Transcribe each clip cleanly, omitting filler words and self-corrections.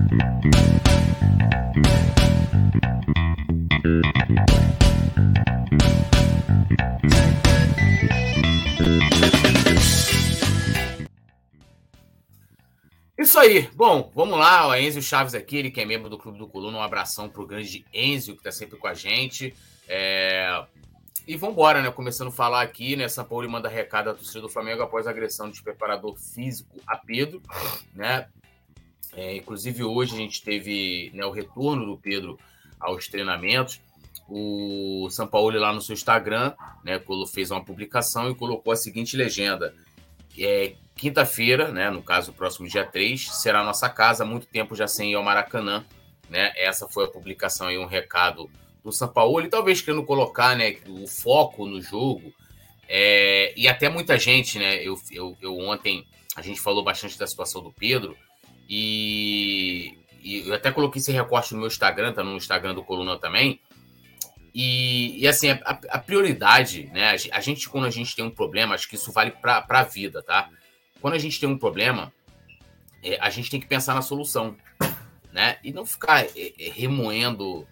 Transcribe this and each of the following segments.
Isso aí. Bom, vamos lá. O Enzio Chaves aqui, ele que é membro do Clube do Coluna. Um abração pro grande Enzio, que tá sempre com a gente. E vamos embora, né? Começando a falar aqui, né? São Paulo manda recado à torcida do Flamengo após a agressão de preparador físico a Pedro, né? Inclusive, hoje a gente teve, né, o retorno do Pedro aos treinamentos. O São Paulo lá no seu Instagram, né, fez uma publicação e colocou a seguinte legenda. Quinta-feira, né, no caso, próximo dia 3, será a nossa casa, há muito tempo já sem ir ao Maracanã, né? Essa foi a publicação aí, um recado do São Paulo, e talvez querendo colocar, né, o foco no jogo, e até muita gente, né, eu ontem, a gente falou bastante da situação do Pedro, e eu até coloquei esse recorte no meu Instagram, tá no Instagram do Coluna também, e assim, a prioridade, né, a gente, quando a gente tem um problema, acho que isso vale para a vida, tá? Quando a gente tem um problema, a gente tem que pensar na solução, né? E não ficar remoendo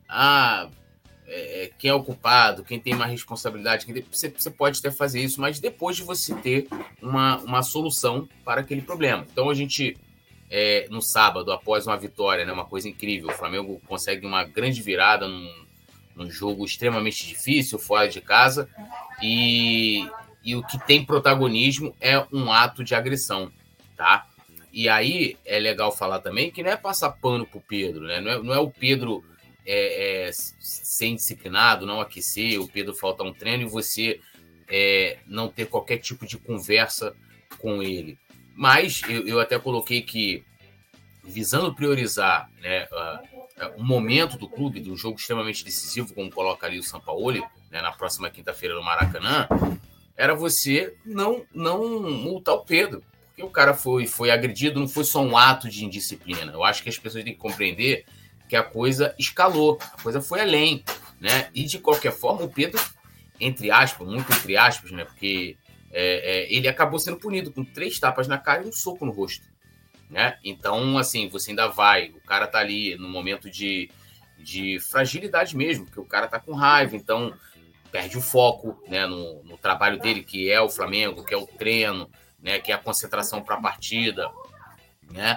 quem é o culpado, quem tem mais responsabilidade. Você pode até fazer isso, mas depois de você ter uma solução para aquele problema. Então, a gente, no sábado, após uma vitória, né, uma coisa incrível, o Flamengo consegue uma grande virada num jogo extremamente difícil, fora de casa, e o que tem protagonismo é um ato de agressão, tá? E aí é legal falar também que não é passar pano pro Pedro, né? Não é o Pedro ser indisciplinado, não aquecer, o Pedro faltar um treino e você não ter qualquer tipo de conversa com ele. Mas eu até coloquei que, visando priorizar, né, o momento do clube, de um jogo extremamente decisivo, como coloca ali o Sampaoli, né, na próxima quinta-feira no Maracanã, era você não multar o Pedro, porque o cara foi agredido, não foi só um ato de indisciplina. Eu acho que as pessoas têm que compreender que a coisa escalou, a coisa foi além, né? E de qualquer forma, o Pedro, entre aspas, muito entre aspas, né? Porque ele acabou sendo punido com 3 tapas na cara e um soco no rosto, né? Então, assim, você ainda vai, o cara tá ali no momento de fragilidade mesmo, porque o cara tá com raiva, então perde o foco, né, no trabalho dele, que é o Flamengo, que é o treino, né, que é a concentração para a partida, né?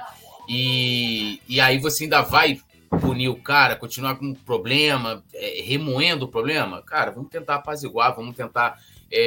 E aí você ainda vai punir o cara, continuar com um problema, remoendo o problema? Cara, vamos tentar apaziguar, vamos tentar...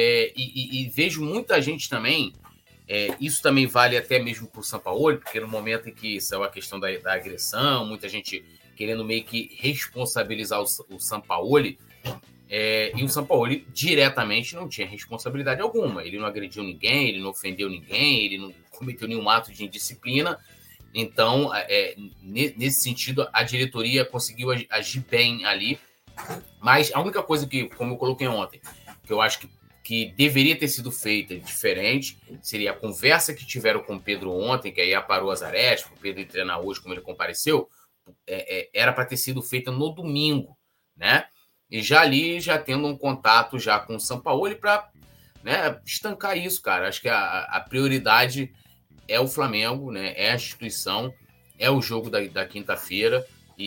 E vejo muita gente também, isso também vale até mesmo para o Sampaoli, porque no momento em que saiu a questão da agressão, muita gente querendo meio que responsabilizar o Sampaoli, e o Sampaoli diretamente não tinha responsabilidade alguma. Ele não agrediu ninguém, ele não ofendeu ninguém, ele não cometeu nenhum ato de indisciplina. Então, nesse sentido, a diretoria conseguiu agir bem ali. Mas a única coisa que, como eu coloquei ontem, que eu acho que deveria ter sido feita diferente, seria a conversa que tiveram com o Pedro ontem, que aí aparou as arestas, para o Pedro treinar hoje, como ele compareceu, era para ter sido feita no domingo, né? E já ali, já tendo um contato já com o Sampaoli para, né, estancar isso, cara. Acho que a prioridade é o Flamengo, né? É a instituição, é o jogo da quinta-feira,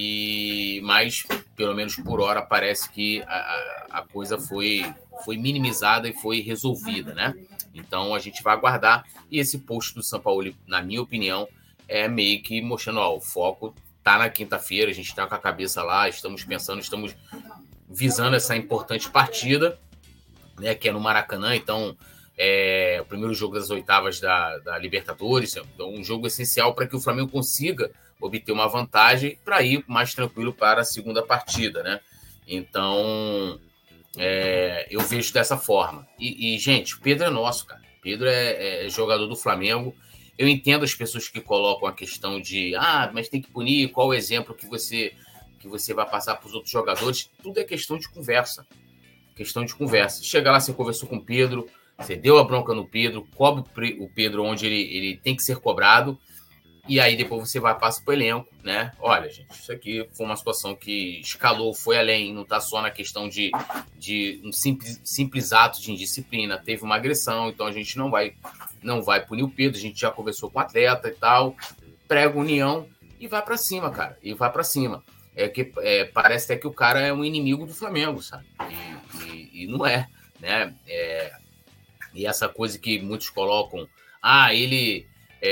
mas, pelo menos por hora, parece que a coisa foi minimizada e foi resolvida, né? Então, a gente vai aguardar. E esse post do Sampaoli, na minha opinião, é meio que mostrando, o foco tá na quinta-feira, a gente tá com a cabeça lá, estamos pensando, estamos visando essa importante partida, né, que é no Maracanã. Então, o primeiro jogo das oitavas da Libertadores, então um jogo essencial para que o Flamengo consiga obter uma vantagem para ir mais tranquilo para a segunda partida, né? Então, eu vejo dessa forma. E, gente, o Pedro é nosso, cara. Pedro é jogador do Flamengo. Eu entendo as pessoas que colocam a questão de mas tem que punir, qual o exemplo que você vai passar para os outros jogadores. Tudo é questão de conversa. Questão de conversa. Chega lá, você conversou com o Pedro, você deu a bronca no Pedro, cobre o Pedro onde ele tem que ser cobrado, e aí depois você vai passar para o elenco, né? Olha, gente, isso aqui foi uma situação que escalou, foi além, não está só na questão de um simples ato de indisciplina, teve uma agressão, então a gente não vai punir o Pedro, a gente já conversou com o atleta e tal, prega união, e vai para cima, cara. E vai para cima. Parece até que o cara é um inimigo do Flamengo, sabe? E não é, né? E essa coisa que muitos colocam, ele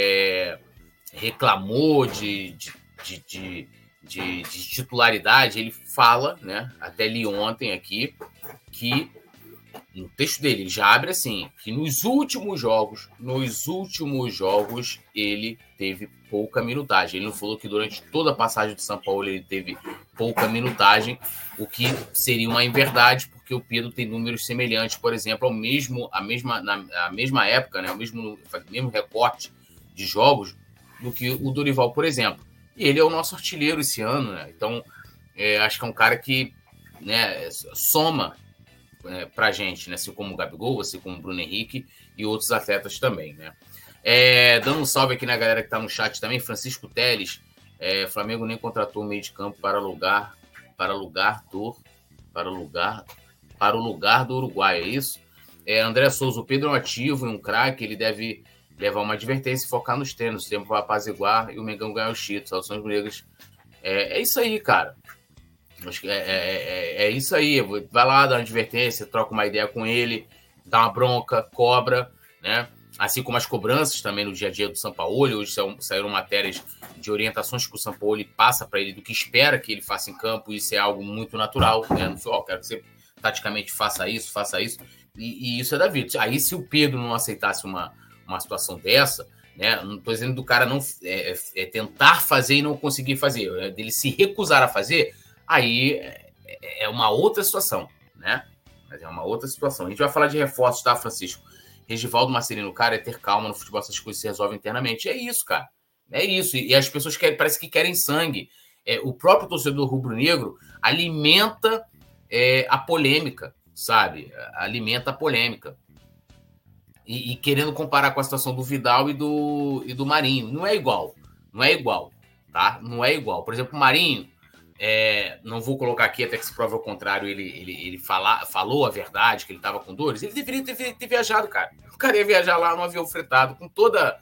reclamou de titularidade, ele fala, né? Até li ontem aqui, que no texto dele, ele já abre assim, que nos últimos jogos, ele teve pouca minutagem. Ele não falou que durante toda a passagem do São Paulo ele teve pouca minutagem, o que seria uma inverdade, porque o Pedro tem números semelhantes, por exemplo, na mesma época, né, o mesmo recorte de jogos do que o Dorival, por exemplo. E ele é o nosso artilheiro esse ano, né? Então, acho que é um cara que, né, soma pra gente, né? Assim como o Gabigol, assim como o Bruno Henrique e outros atletas também, né? Dando um salve aqui na galera que tá no chat também, Francisco Teles, Flamengo nem contratou o meio de campo para o lugar do Uruguai, é isso? André Souza, o Pedro é um ativo e um craque, ele deve levar uma advertência e focar nos treinos, o tempo vai apaziguar e o Mengão ganhar os títulos, Alções Negras. É isso aí, cara. Acho que é isso aí. Vai lá, dá uma advertência, troca uma ideia com ele, dá uma bronca, cobra, né? Assim como as cobranças também no dia a dia do Sampaoli. Hoje saíram matérias de orientações que o Sampaoli passa para ele do que espera que ele faça em campo. Isso é algo muito natural, né? Não só, quero que você taticamente faça isso. E isso é da vida. Aí, se o Pedro não aceitasse uma situação dessa, né? Não estou dizendo do cara não tentar fazer e não conseguir fazer, dele se recusar a fazer. Aí é uma outra situação, né? Mas é uma outra situação. A gente vai falar de reforços, tá, Francisco? Regivaldo Marcelino, cara, é ter calma no futebol, essas coisas se resolvem internamente. É isso, cara. É isso. E as pessoas parece que querem sangue. O próprio torcedor rubro-negro alimenta a polêmica, sabe? Alimenta a polêmica. E querendo comparar com a situação do Vidal e do Marinho. Não é igual, tá? Não é igual. Por exemplo, o Marinho, não vou colocar aqui até que se prove ao contrário, ele falou a verdade, que ele estava com dores. Ele deveria ter viajado, cara. O cara ia viajar lá no avião fretado, com todo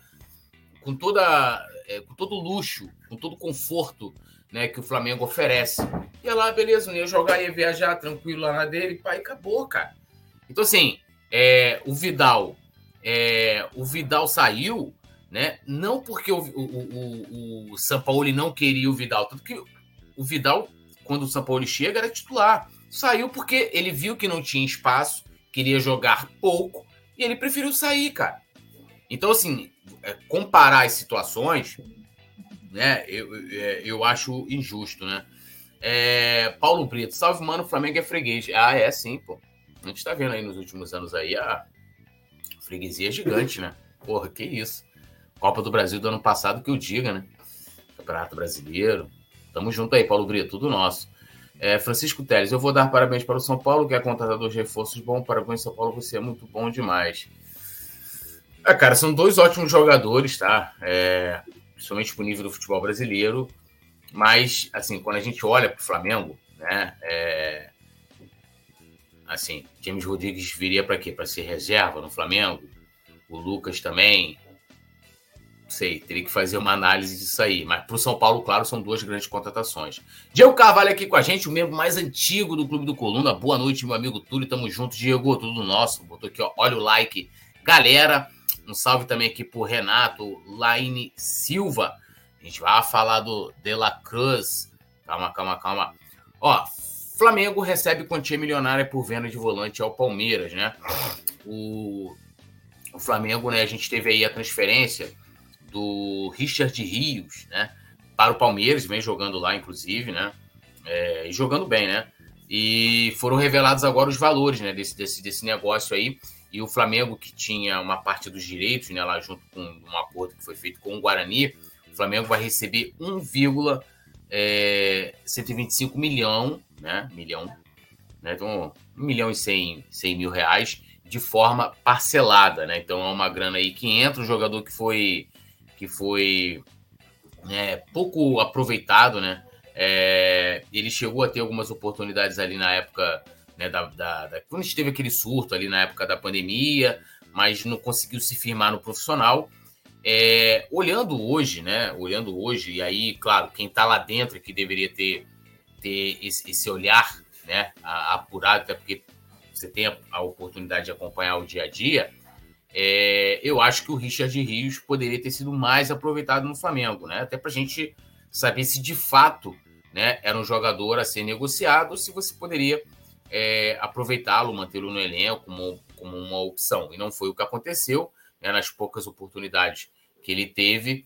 luxo, com todo o conforto, né, que o Flamengo oferece. Ia lá, beleza, ia jogar, ia viajar tranquilo lá na dele, pai, acabou, cara. Então, assim, o Vidal saiu, né, não porque o Sampaoli não queria o Vidal, tanto que o Vidal, quando o Sampaoli chega, era titular. Saiu porque ele viu que não tinha espaço, queria jogar pouco, e ele preferiu sair, cara. Então, assim, comparar as situações, né, eu acho injusto, né? Paulo Brito, salve, mano, o Flamengo é freguês. Sim, pô. A gente tá vendo aí nos últimos anos aí a freguesia é gigante, né? Porra, que isso. Copa do Brasil do ano passado, que eu diga, né? Campeonato Brasileiro. Tamo junto aí, Paulo Brito, tudo nosso. Francisco Teles, eu vou dar parabéns para o São Paulo, que é contratador de reforços bom. Parabéns, São Paulo, você é muito bom demais. Cara, são dois ótimos jogadores, tá? Principalmente pro nível do futebol brasileiro. Mas, assim, quando a gente olha pro Flamengo, né? Assim, James Rodrigues viria para quê? Para ser reserva no Flamengo? O Lucas também? Não sei, teria que fazer uma análise disso aí. Mas para o São Paulo, claro, são duas grandes contratações. Diego Carvalho aqui com a gente, o membro mais antigo do Clube do Coluna. Boa noite, meu amigo Túlio. Tamo junto, Diego. Tudo nosso. Botou aqui, ó. Olha o like. Galera, um salve também aqui pro Renato Laine Silva. A gente vai falar do De La Cruz. Calma. Ó, Flamengo recebe quantia milionária por venda de volante ao Palmeiras, né? O Flamengo, né? A gente teve aí a transferência do Richard Rios, né, para o Palmeiras, vem jogando lá, inclusive, né, e jogando bem, né, e foram revelados agora os valores, né, desse negócio aí, e o Flamengo, que tinha uma parte dos direitos, né, lá junto com um acordo que foi feito com o Guarani, o Flamengo vai receber 1,125 milhão, né, então 1.100.000 reais de forma parcelada, né, então é uma grana aí que entra, um jogador que foi pouco aproveitado, né? Ele chegou a ter algumas oportunidades ali na época, né, quando a gente teve aquele surto ali na época da pandemia, mas não conseguiu se firmar no profissional. Olhando hoje, né? Olhando hoje, e aí, claro, quem está lá dentro é que deveria ter esse olhar, né? Apurado, até porque você tem a oportunidade de acompanhar o dia a dia. Eu acho que o Richard Rios poderia ter sido mais aproveitado no Flamengo, né? Até para a gente saber se de fato, né, era um jogador a ser negociado, ou se você poderia aproveitá-lo, mantê-lo no elenco como uma opção. E não foi o que aconteceu, né? Nas poucas oportunidades que ele teve,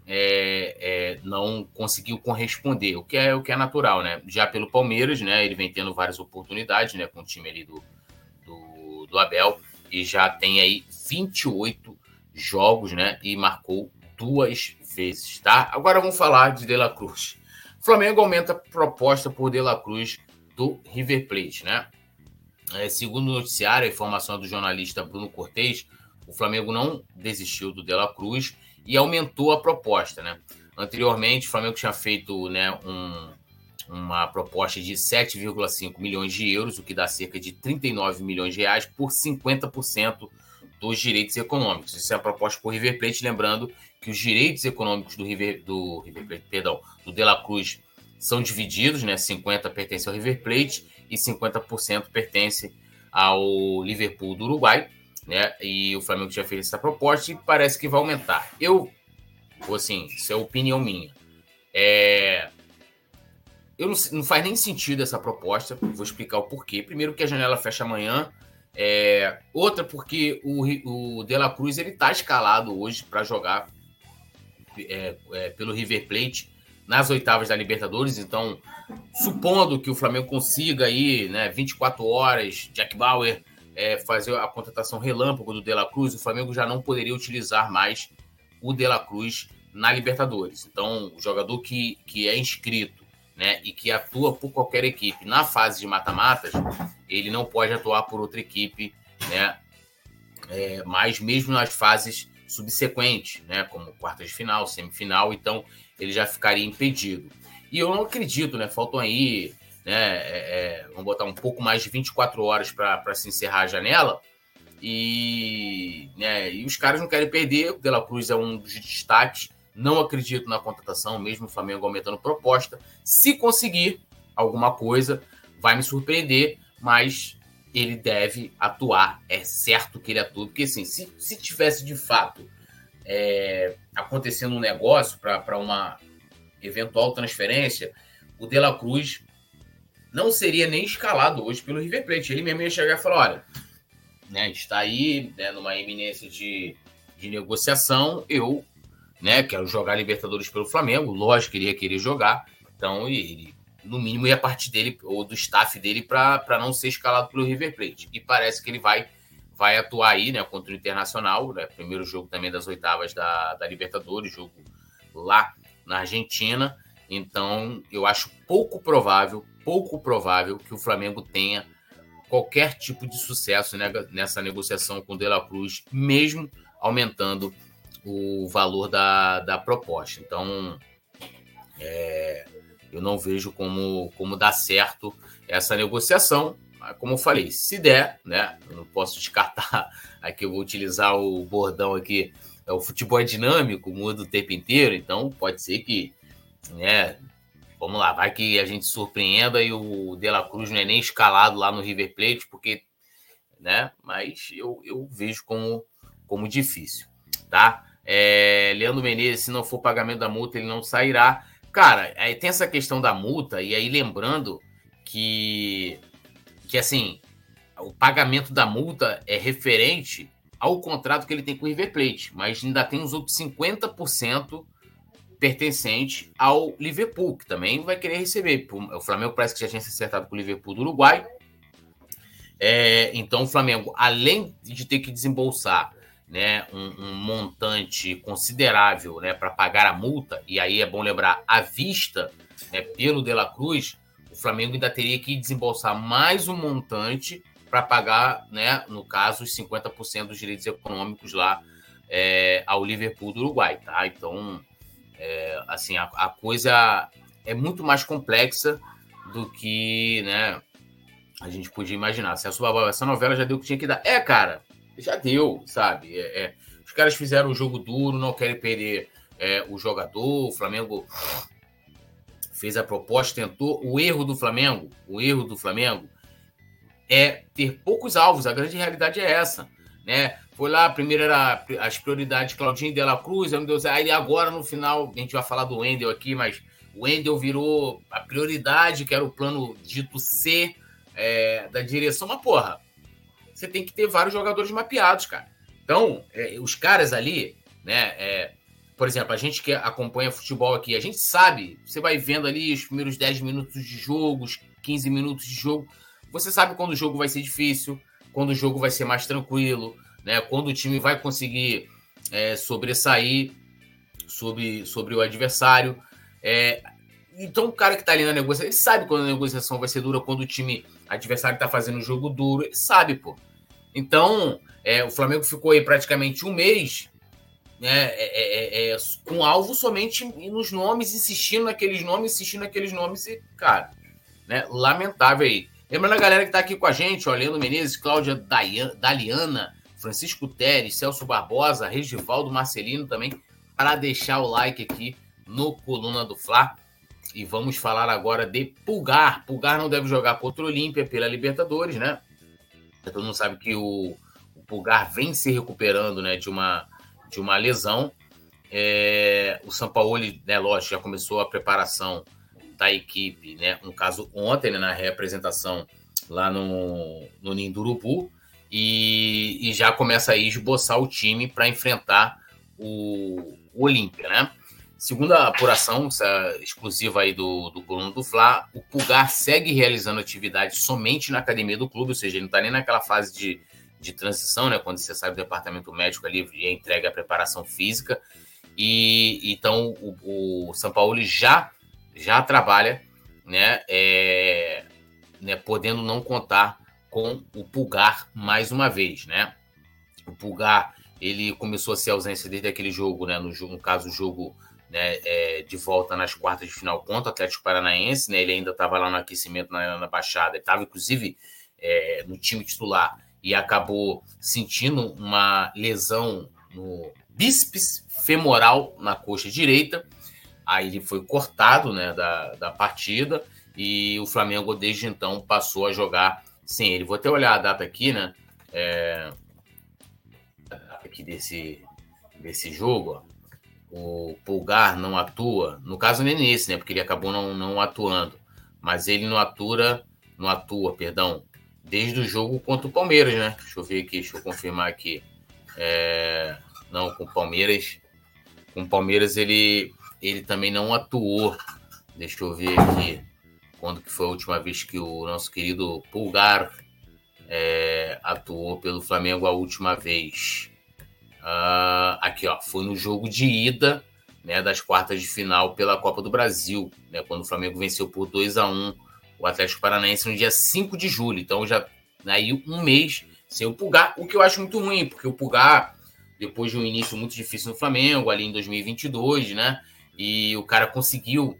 não conseguiu corresponder, o que é natural, né? Já pelo Palmeiras, né, ele vem tendo várias oportunidades, né, com o time ali do Abel, e já tem aí 28 jogos, né, e marcou 2 vezes, tá? Agora vamos falar de De La Cruz. O Flamengo aumenta a proposta por De La Cruz do River Plate, né? Segundo o noticiário, a informação do jornalista Bruno Cortez, o Flamengo não desistiu do De La Cruz e aumentou a proposta, né? Anteriormente, o Flamengo tinha feito, né, uma proposta de 7,5 milhões de euros, o que dá cerca de 39 milhões de reais por 50% dos direitos econômicos. Isso é a proposta por River Plate, lembrando que os direitos econômicos do De La Cruz são divididos, né? 50% pertence ao River Plate e 50% pertence ao Liverpool do Uruguai, né? E o Flamengo já fez essa proposta e parece que vai aumentar. Assim, isso é opinião minha. Não faz nem sentido essa proposta, vou explicar o porquê. Primeiro, que a janela fecha amanhã. Outra, porque o De La Cruz está escalado hoje para jogar pelo River Plate nas oitavas da Libertadores. Então, supondo que o Flamengo consiga aí, né, 24 horas, Jack Bauer fazer a contratação relâmpago do De La Cruz, o Flamengo já não poderia utilizar mais o De La Cruz na Libertadores. Então, o jogador que é inscrito, né, e que atua por qualquer equipe na fase de mata-matas, ele não pode atuar por outra equipe, né, mas mesmo nas fases subsequentes, né, como quartas de final, semifinal, então ele já ficaria impedido. E eu não acredito, né, faltam aí, né, vamos botar um pouco mais de 24 horas para se encerrar a janela, e os caras não querem perder. O De La Cruz é um dos destaques. Não acredito na contratação, mesmo o Flamengo aumentando proposta. Se conseguir alguma coisa, vai me surpreender, mas ele deve atuar. É certo que ele atua, porque assim, se tivesse de fato acontecendo um negócio para uma eventual transferência, o De La Cruz não seria nem escalado hoje pelo River Plate. Ele mesmo ia chegar e falar: olha, né, está aí, né, numa iminência de negociação, eu, né, quero jogar Libertadores pelo Flamengo, lógico que ele ia querer jogar, então ele, no mínimo, ia partir dele ou do staff dele para não ser escalado pelo River Plate. E parece que ele vai atuar aí, né, contra o Internacional, né, primeiro jogo também das oitavas da Libertadores, jogo lá na Argentina. Então, eu acho pouco provável que o Flamengo tenha qualquer tipo de sucesso, né, nessa negociação com o De La Cruz, mesmo aumentando o valor da proposta. Então, eu não vejo como dar certo essa negociação. Mas, como eu falei, se der, né, eu não posso descartar, aqui eu vou utilizar o bordão aqui, o futebol é dinâmico, muda o tempo inteiro, então pode ser que, né, vamos lá, vai que a gente surpreenda e o De La Cruz não é nem escalado lá no River Plate, porque, né, mas eu vejo como difícil, tá? Leandro Menezes, se não for pagamento da multa, ele não sairá. Cara, aí tem essa questão da multa, e aí lembrando que assim, o pagamento da multa é referente ao contrato que ele tem com o River Plate, mas ainda tem os outros 50% pertencente ao Liverpool, que também vai querer receber. O Flamengo parece que já tinha se acertado com o Liverpool do Uruguai. Então, o Flamengo, além de ter que desembolsar, né, um montante considerável, né, para pagar a multa, e aí é bom lembrar, à vista, né, pelo De La Cruz, o Flamengo ainda teria que desembolsar mais um montante para pagar, né, no caso, os 50% dos direitos econômicos lá ao Liverpool do Uruguai. Tá? Então, assim, a coisa é muito mais complexa do que, né, a gente podia imaginar. Essa novela já deu o que tinha que dar. Cara, já deu, sabe? Os caras fizeram o jogo duro, não querem perder o jogador. O Flamengo fez a proposta, tentou. O erro do Flamengo é ter poucos alvos. A grande realidade é essa, né? Foi lá, primeiro era as prioridades Claudinho de la Cruz, aí agora no final, a gente vai falar do Wendel aqui, mas o Wendel virou a prioridade, que era o plano dito C da direção. Mas, porra, você tem que ter vários jogadores mapeados, cara. Então, os caras ali, né? Por exemplo, a gente que acompanha futebol aqui, a gente sabe, você vai vendo ali os primeiros 10 minutos de jogo, os 15 minutos de jogo, você sabe quando o jogo vai ser difícil, quando o jogo vai ser mais tranquilo, né? Quando o time vai conseguir sobressair sobre o adversário. Então, o cara que está ali na negociação, ele sabe quando a negociação vai ser dura, quando o time adversário está fazendo um jogo duro, ele sabe, pô. Então, o Flamengo ficou aí praticamente um mês, né, com alvo somente nos nomes, insistindo naqueles nomes, e, cara, né, lamentável aí. Lembrando a galera que tá aqui com a gente, ó, Leandro Menezes, Cláudia Daliana, Francisco Teres, Celso Barbosa, Regivaldo Marcelino também, para deixar o like aqui no Coluna do Fla. E vamos falar agora de Pulgar. Pulgar não deve jogar contra o Olímpia pela Libertadores, né? Todo mundo sabe que o Pulgar vem se recuperando, né, de uma lesão. O Sampaoli, né, lógico, já começou a preparação da equipe, né, no caso ontem, né, na reapresentação lá no Ninho do Urubu, e já começa a esboçar o time para enfrentar o Olímpia, né? Segundo a apuração exclusiva aí do Coluna do Fla, o Pulgar segue realizando atividade somente na academia do clube, ou seja, ele não está nem naquela fase de transição, né, quando você sai do departamento médico ali e entrega a preparação física. E então o Sampaoli já trabalha, né, podendo não contar com o Pulgar mais uma vez, né? O Pulgar, ele começou a ser ausência desde aquele jogo, né, no caso o jogo, né, de volta nas quartas de final contra o Atlético Paranaense, né? Ele ainda estava lá no aquecimento na Baixada, estava inclusive no time titular e acabou sentindo uma lesão no bíceps femoral na coxa direita. Aí ele foi cortado, né, da partida, e o Flamengo desde então passou a jogar sem ele. Vou até olhar a data aqui, né, aqui desse jogo, ó. O Pulgar não atua, no caso nem nesse, né, porque ele acabou não atuando, mas ele não atua, desde o jogo contra o Palmeiras, né? Deixa eu ver aqui, deixa eu confirmar aqui. Não, com o Palmeiras ele também não atuou. Deixa eu ver aqui quando que foi a última vez que o nosso querido Pulgar atuou pelo Flamengo a última vez. Aqui, ó, foi no jogo de ida, né, das quartas de final pela Copa do Brasil, né, quando o Flamengo venceu por 2-1 o Atlético Paranaense no dia 5 de julho. Então já aí um mês sem o Pulgar, o que eu acho muito ruim, porque o Pulgar, depois de um início muito difícil no Flamengo, ali em 2022, né, e o cara conseguiu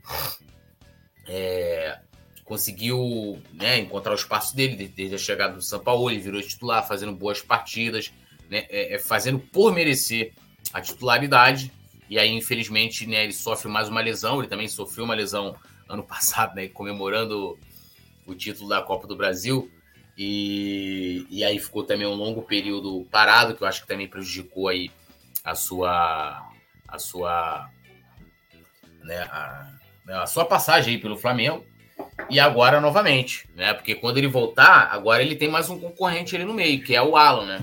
né, encontrar o espaço dele desde a chegada do Sampaoli, virou titular, fazendo boas partidas, né, fazendo por merecer a titularidade. E aí, infelizmente, né, ele sofre mais uma lesão. Ele também sofreu uma lesão ano passado, né, comemorando o título da Copa do Brasil. E aí ficou também um longo período parado, que eu acho que também prejudicou aí a sua passagem aí pelo Flamengo. E agora, novamente, né? Porque quando ele voltar, agora ele tem mais um concorrente ali no meio, que é o Alan, né?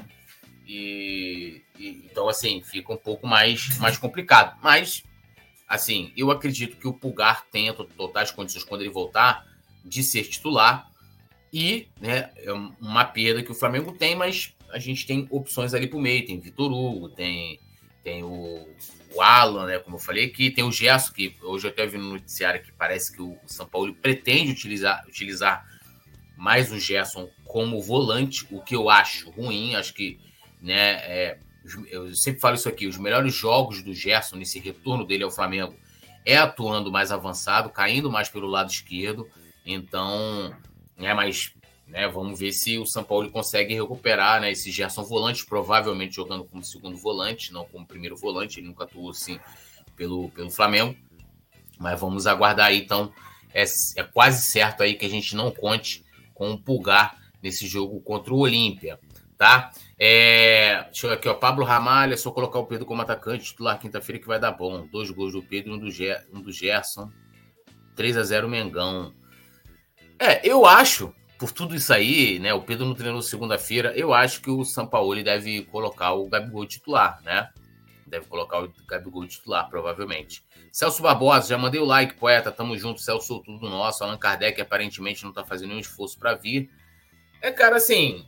Então, assim, fica um pouco mais complicado. Mas, assim, eu acredito que o Pulgar tenha totais condições, quando ele voltar, de ser titular. E, né, é uma perda que o Flamengo tem, mas a gente tem opções ali pro meio. Tem Vitor Hugo, tem o Alan, né, como eu falei aqui, tem o Gerson, que hoje eu até vi no noticiário que parece que o São Paulo pretende utilizar mais o Gerson como volante, o que eu acho ruim. Acho que, né, eu sempre falo isso aqui, os melhores jogos do Gerson nesse retorno dele ao Flamengo é atuando mais avançado, caindo mais pelo lado esquerdo. Então, mas né? Vamos ver se o São Paulo consegue recuperar, né, esse Gerson volante, provavelmente jogando como segundo volante, não como primeiro volante. Ele nunca atuou assim pelo Flamengo. Mas vamos aguardar aí, então. É quase certo aí que a gente não conte com o Pulgar nesse jogo contra o Olímpia, tá? Deixa eu ver aqui, ó. Pablo Ramalho, é só colocar o Pedro como atacante titular quinta-feira que vai dar bom. 2 gols do Pedro e um do Gerson. 3-0 Mengão. Eu acho, por tudo isso aí, né? O Pedro não treinou segunda-feira. Eu acho que o Sampaoli deve colocar o Gabigol titular, né? Deve colocar o Gabigol titular, provavelmente. Celso Barbosa, já mandei o like, poeta. Tamo junto, Celso, tudo nosso. Allan Kardec aparentemente não tá fazendo nenhum esforço para vir. Cara, assim.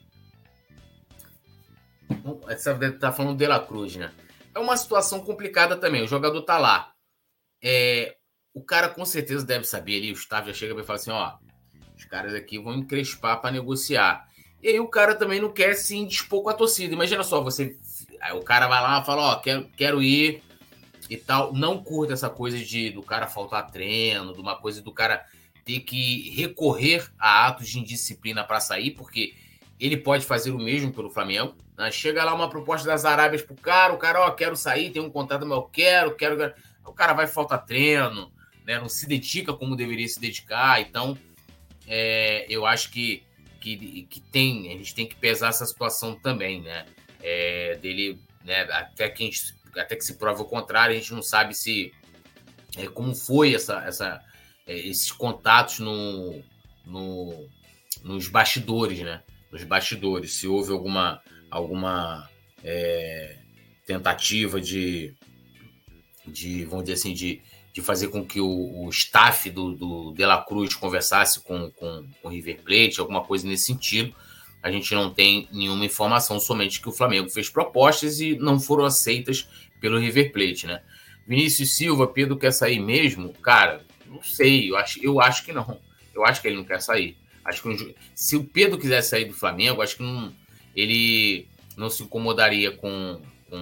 Você tá falando do De La Cruz, né? É uma situação complicada também. O jogador tá lá. O cara com certeza deve saber ali. O staff já chega e fala assim: ó, os caras aqui vão encrespar para negociar. E aí o cara também não quer se indispor com a torcida. Imagina só, aí o cara vai lá e fala: ó, quero ir e tal. Não curta essa coisa do cara faltar treino, de uma coisa do cara ter que recorrer a atos de indisciplina para sair, porque ele pode fazer o mesmo pelo Flamengo. Né? Chega lá uma proposta das Arábias pro cara, o cara, ó, quero sair, tem um contrato, mas eu quero. O cara vai faltar treino, né? Não se dedica como deveria se dedicar. Então, eu acho que a gente tem que pesar essa situação também, né? Dele, né? Até que se prova o contrário, a gente não sabe se como foi esses contatos nos bastidores, né? Nos bastidores, se houve alguma tentativa de, vamos dizer assim, de fazer com que o staff do De La Cruz conversasse com o River Plate, alguma coisa nesse sentido. A gente não tem nenhuma informação, somente que o Flamengo fez propostas e não foram aceitas pelo River Plate, né? Vinícius Silva, Pedro quer sair mesmo? Cara, não sei, eu acho que não. Eu acho que ele não quer sair. Acho que se o Pedro quisesse sair do Flamengo, acho que ele não se incomodaria com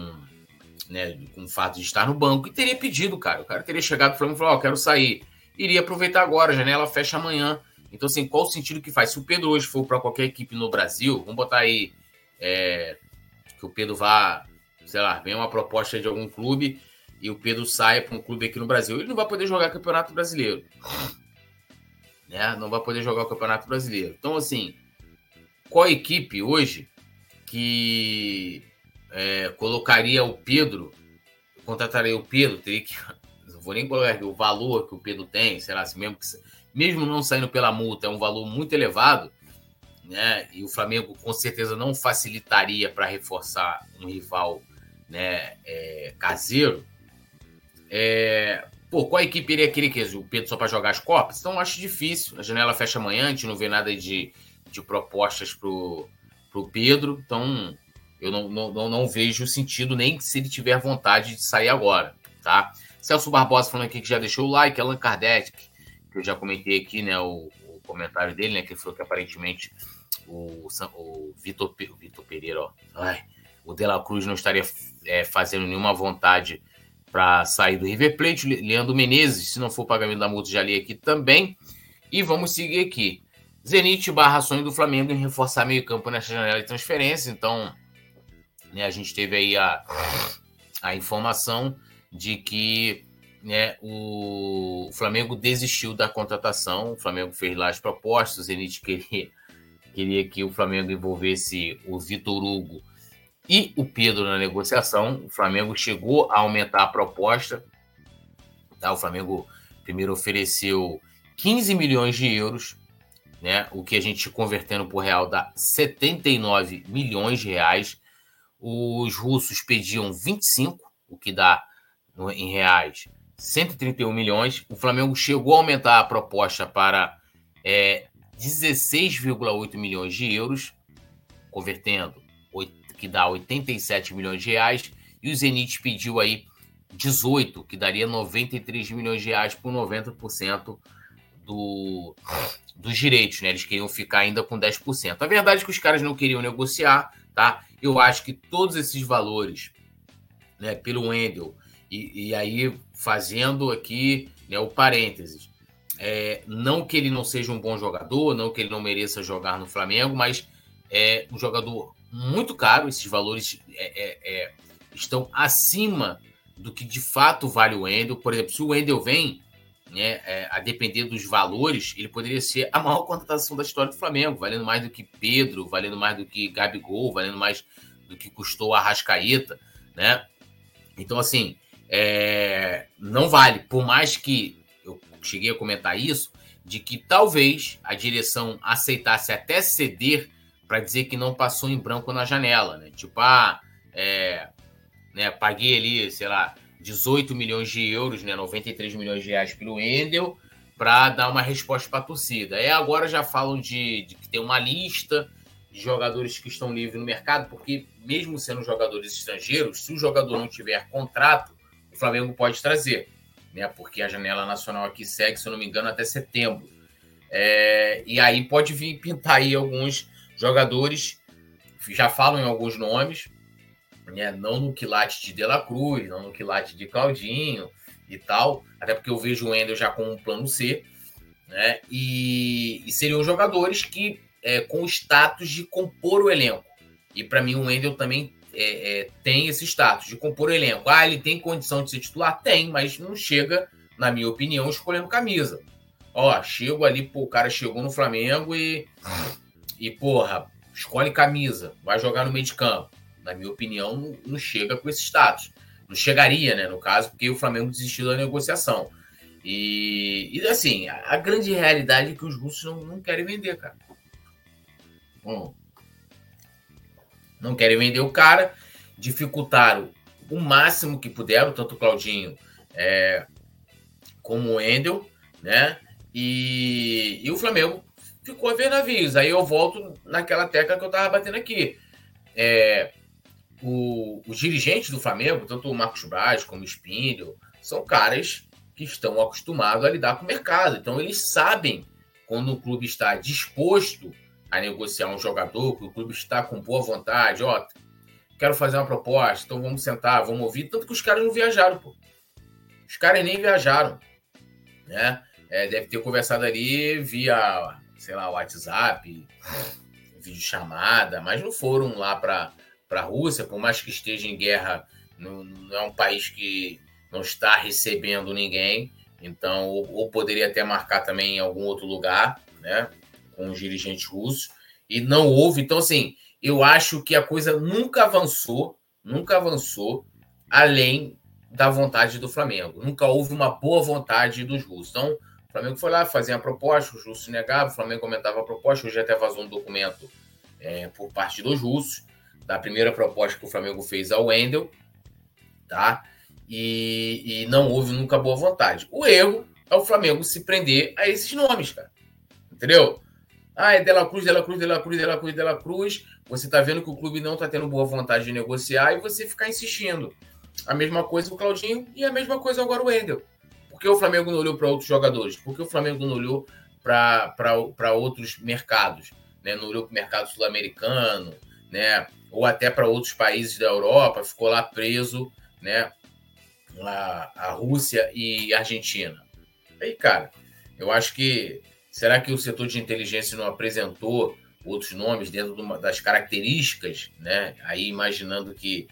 o fato de estar no banco e teria pedido, cara. O cara teria chegado pro Flamengo e falado: ó, quero sair. Iria aproveitar agora, a janela fecha amanhã. Então, assim, qual o sentido que faz? Se o Pedro hoje for para qualquer equipe no Brasil, vamos botar aí que o Pedro vá, sei lá, venha uma proposta de algum clube e o Pedro saia para um clube aqui no Brasil, ele não vai poder jogar Campeonato Brasileiro. Né? Não vai poder jogar o Campeonato Brasileiro. Então, assim, qual equipe hoje que colocaria o Pedro, contrataria o Pedro, teria que... Não vou nem colocar aqui o valor que o Pedro tem, sei lá, mesmo não saindo pela multa, é um valor muito elevado, né? E o Flamengo com certeza não facilitaria para reforçar um rival, né, caseiro. Qual equipe iria querer que o Pedro só para jogar as Copas? Então acho difícil. A janela fecha amanhã, a gente não vê nada de propostas pro Pedro, então eu não vejo sentido, nem se ele tiver vontade de sair agora, tá? Celso Barbosa falando aqui que já deixou o like, Allan Kardec, que eu já comentei aqui, né, o comentário dele, né, que ele falou que aparentemente o Vitor Pereira, ó, o De La Cruz não estaria fazendo nenhuma vontade para sair do River Plate. Leandro Menezes, se não for pagamento da multa, já li aqui também. E vamos seguir aqui. Zenit barra sonho do Flamengo em reforçar meio campo nessa janela de transferência. Então, né, a gente teve aí a informação de que, né, o Flamengo desistiu da contratação. O Flamengo fez lá as propostas. O Zenit queria que o Flamengo envolvesse o Vitor Hugo e o Pedro na negociação. O Flamengo chegou a aumentar a proposta. Tá? O Flamengo primeiro ofereceu 15 milhões de euros, né? O que a gente convertendo por real dá 79 milhões de reais. Os russos pediam 25, o que dá em reais 131 milhões. O Flamengo chegou a aumentar a proposta para 16,8 milhões de euros, convertendo, que dá 87 milhões de reais. E o Zenit pediu aí 18, que daria 93 milhões de reais por 90% dos direitos, né? Eles queriam ficar ainda com 10%. A verdade é que os caras não queriam negociar, tá? Eu acho que todos esses valores, né, pelo Wendel, e aí fazendo aqui, né, o parênteses, Não que ele não seja um bom jogador, não que ele não mereça jogar no Flamengo, mas é um jogador muito caro. Esses valores estão acima do que de fato vale o Wendel. Por exemplo, se o Wendel vem, né, a depender dos valores, ele poderia ser a maior contratação da história do Flamengo, valendo mais do que Pedro, valendo mais do que Gabigol, valendo mais do que custou a Arrascaeta, né? Então, assim, não vale. Por mais que eu cheguei a comentar isso, de que talvez a direção aceitasse até ceder para dizer que não passou em branco na janela, né? Tipo, né, paguei ali, sei lá, 18 milhões de euros, né, 93 milhões de reais pelo Wendel, para dar uma resposta para a torcida. Agora já falam de que tem uma lista de jogadores que estão livres no mercado, porque mesmo sendo jogadores estrangeiros, se o jogador não tiver contrato, o Flamengo pode trazer, né? Porque a janela nacional aqui segue, se eu não me engano, até setembro. E aí pode vir pintar aí alguns jogadores, já falam em alguns nomes, né? Não no quilate de De La Cruz, não no quilate de Claudinho e tal, até porque eu vejo o Wendel já como um plano C, né? E seriam jogadores que com o status de compor o elenco. E para mim o Wendel também tem esse status de compor o elenco. Ele tem condição de ser titular? Tem, mas não chega, na minha opinião, escolhendo camisa. Chego ali, o cara chegou no Flamengo e porra, escolhe camisa, vai jogar no meio de campo. Na minha opinião, não chega com esse status. Não chegaria, né, no caso, porque o Flamengo desistiu da negociação. E assim, a grande realidade é que os russos não querem vender, cara. Não querem vender o cara, dificultaram o máximo que puderam, tanto o Claudinho como o Wendel, né? E o Flamengo ficou a ver navios. Aí eu volto naquela tecla que eu tava batendo aqui. Os dirigentes do Flamengo, tanto o Marcos Braz como o Spindle, são caras que estão acostumados a lidar com o mercado. Então, eles sabem quando o clube está disposto a negociar um jogador, que o clube está com boa vontade, quero fazer uma proposta, então vamos sentar, vamos ouvir. Tanto que os caras não viajaram, pô. Os caras nem viajaram, né? Deve ter conversado ali via, sei lá, WhatsApp, videochamada, mas não foram lá para a Rússia, por mais que esteja em guerra, não é um país que não está recebendo ninguém, então, ou poderia até marcar também em algum outro lugar, né, com os dirigentes russos, e não houve. Então, assim, eu acho que a coisa nunca avançou além da vontade do Flamengo. Nunca houve uma boa vontade dos russos. Então, o Flamengo foi lá, fazia a proposta, os russos negavam, o Flamengo comentava a proposta, hoje até vazou um documento por parte dos russos, da primeira proposta que o Flamengo fez ao Wendel, tá? E não houve nunca boa vontade. O erro é o Flamengo se prender a esses nomes, cara. Entendeu? É De La Cruz, De La Cruz, De La Cruz, De La Cruz, De La Cruz. Você tá vendo que o clube não tá tendo boa vontade de negociar e você ficar insistindo. A mesma coisa o Claudinho e a mesma coisa agora o Wendel. Por que o Flamengo não olhou para outros jogadores? Por que o Flamengo não olhou para outros mercados? Né? Não olhou para o mercado sul-americano, né? Ou até para outros países da Europa, ficou lá preso, né? A Rússia e a Argentina. Aí, cara, eu acho que... Será que o setor de inteligência não apresentou outros nomes dentro das características, né? Aí imaginando que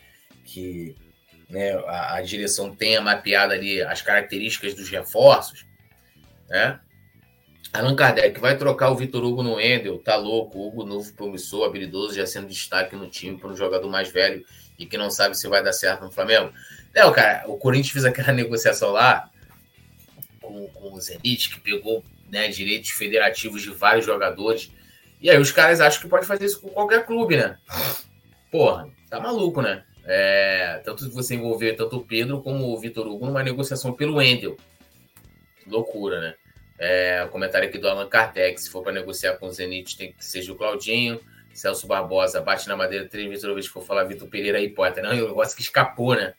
né, a direção tenha mapeado ali as características dos reforços, né? Allan Kardec vai trocar o Vitor Hugo no Wendel, tá louco, Hugo novo, promissor, habilidoso, já sendo destaque no time para um jogador mais velho e que não sabe se vai dar certo no Flamengo. Não, cara, o Corinthians fez aquela negociação lá com o Zenit, que pegou, né, direitos federativos de vários jogadores, e aí os caras acham que pode fazer isso com qualquer clube, né? Porra, tá maluco, né? Tanto você envolver tanto o Pedro como o Vitor Hugo numa negociação pelo Wendel. Loucura, né? Comentário aqui do Allan Kardec: se for para negociar com o Zenit, tem que ser o Claudinho. Celso Barbosa: bate na madeira 3 vezes toda vez que for falar Vitor Pereira aí, pode. Não, eu gosto que escapou, né?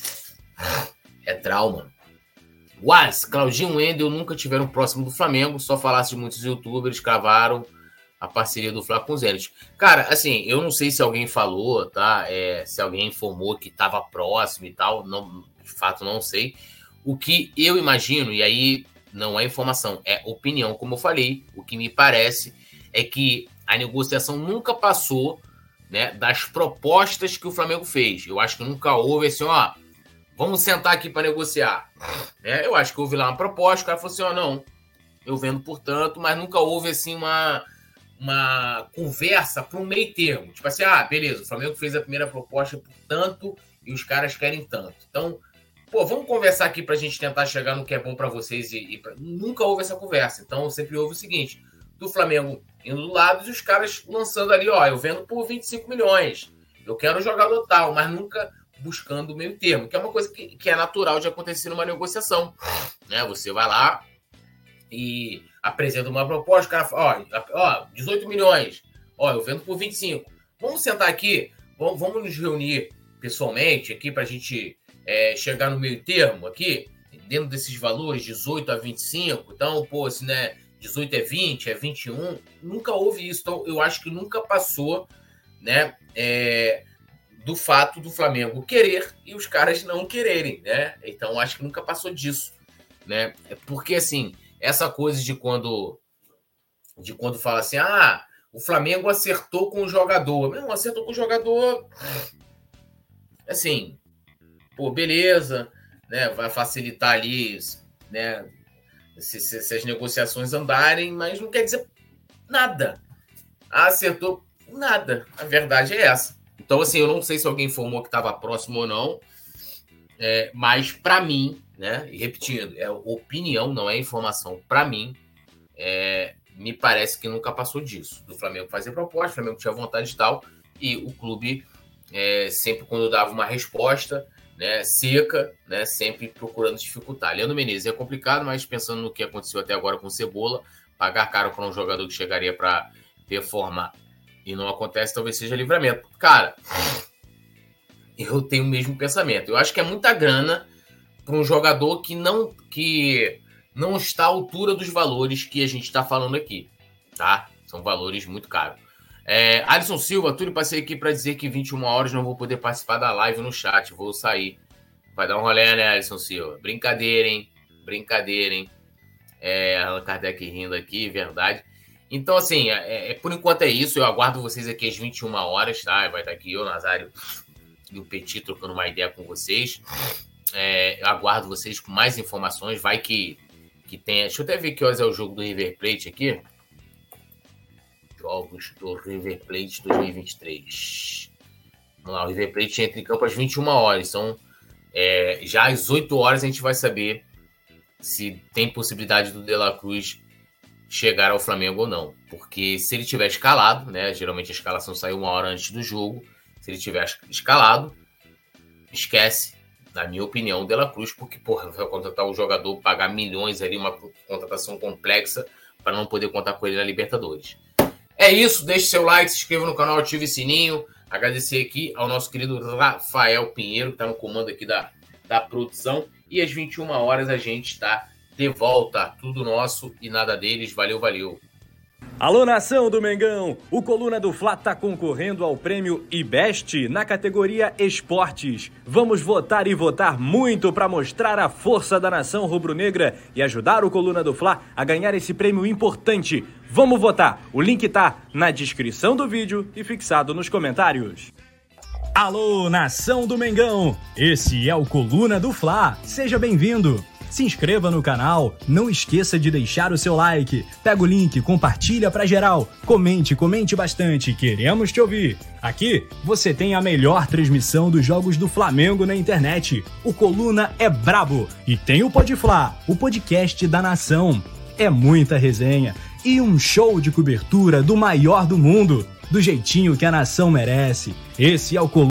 É trauma. Claudinho e Wendel nunca tiveram próximo do Flamengo, só falasse de muitos youtubers, cravaram a parceria do Flá com o Zenit. Cara, assim, eu não sei se alguém falou, tá? Se alguém informou que estava próximo e tal, não, de fato não sei. O que eu imagino, e aí não é informação, é opinião, como eu falei. O que me parece é que a negociação nunca passou, né, das propostas que o Flamengo fez. Eu acho que nunca houve assim, ó, vamos sentar aqui para negociar. Eu acho que houve lá uma proposta, o cara falou assim, ó, não, eu vendo por tanto, mas nunca houve assim uma conversa para um meio termo. Tipo assim, beleza, o Flamengo fez a primeira proposta por tanto e os caras querem tanto. Então, vamos conversar aqui pra gente tentar chegar no que é bom pra vocês. Nunca houve essa conversa. Então, sempre houve o seguinte, do Flamengo indo do lado e os caras lançando ali, ó, eu vendo por 25 milhões. Eu quero um jogador tal, mas nunca buscando o meio termo, que é uma coisa que é natural de acontecer numa negociação. Né? Você vai lá e apresenta uma proposta, o cara fala, ó, 18 milhões, ó, eu vendo por 25. Vamos sentar aqui, vamos nos reunir pessoalmente aqui pra gente chegar no meio termo aqui, dentro desses valores, 18 a 25, então, se né, 18 é 20, é 21, nunca houve isso, então eu acho que nunca passou, né, do fato do Flamengo querer e os caras não quererem, né, então acho que nunca passou disso, né, porque assim, essa coisa de quando fala assim, o Flamengo acertou com o jogador, não, acertou com o jogador, assim, beleza, né? Vai facilitar ali, né? Se as negociações andarem, mas não quer dizer nada. Acertou nada. A verdade é essa. Então, assim, eu não sei se alguém informou que estava próximo ou não, mas para mim, né? E repetindo, é opinião, não é informação. Para mim, me parece que nunca passou disso. Do Flamengo fazer proposta, o Flamengo tinha vontade e tal, e o clube sempre quando dava uma resposta, né, seca, né, sempre procurando dificultar. Leandro Menezes, é complicado, mas pensando no que aconteceu até agora com o Cebola, pagar caro para um jogador que chegaria para performar e não acontece, talvez seja livramento. Cara, eu tenho o mesmo pensamento. Eu acho que é muita grana para um jogador que não está à altura dos valores que a gente está falando aqui, tá? São valores muito caros. Alisson Silva, Túlio, passei aqui para dizer que 21 horas não vou poder participar da live no chat, vou sair. Vai dar um rolê, né, Alisson Silva? Brincadeira, hein? Allan Kardec rindo aqui, verdade. Então, assim, por enquanto é isso. Eu aguardo vocês aqui às 21 horas, tá? Vai estar aqui eu, Nazário e o Petit trocando uma ideia com vocês. Eu aguardo vocês com mais informações. Vai que tenha... Deixa eu até ver que horas é o jogo do River Plate aqui. Jogos do River Plate 2023. Vamos lá, o River Plate entra em campo às 21 horas. Então, já às 8 horas a gente vai saber se tem possibilidade do De La Cruz chegar ao Flamengo ou não. Porque se ele tiver escalado, né? Geralmente a escalação sai 1 hora antes do jogo. Se ele tiver escalado, esquece, na minha opinião, o De La Cruz, porque, vai contratar um jogador, pagar milhões ali, uma contratação complexa, para não poder contar com ele na Libertadores. É isso, deixe seu like, se inscreva no canal, ative o sininho. Agradecer aqui ao nosso querido Rafael Pinheiro, que está no comando aqui da produção. E às 21 horas a gente está de volta. Tudo nosso e nada deles. Valeu, valeu. Alô, nação do Mengão! O Coluna do Fla está concorrendo ao prêmio IBEST na categoria Esportes. Vamos votar e votar muito para mostrar a força da nação rubro-negra e ajudar o Coluna do Fla a ganhar esse prêmio importante. Vamos votar! O link tá na descrição do vídeo e fixado nos comentários. Alô, nação do Mengão! Esse é o Coluna do Fla. Seja bem-vindo! Se inscreva no canal, não esqueça de deixar o seu like, pega o link, compartilha pra geral, comente bastante, queremos te ouvir. Aqui você tem a melhor transmissão dos jogos do Flamengo na internet. O Coluna é brabo e tem o Pode Fla, o podcast da nação. É muita resenha e um show de cobertura do maior do mundo, do jeitinho que a nação merece. Esse é o Coluna.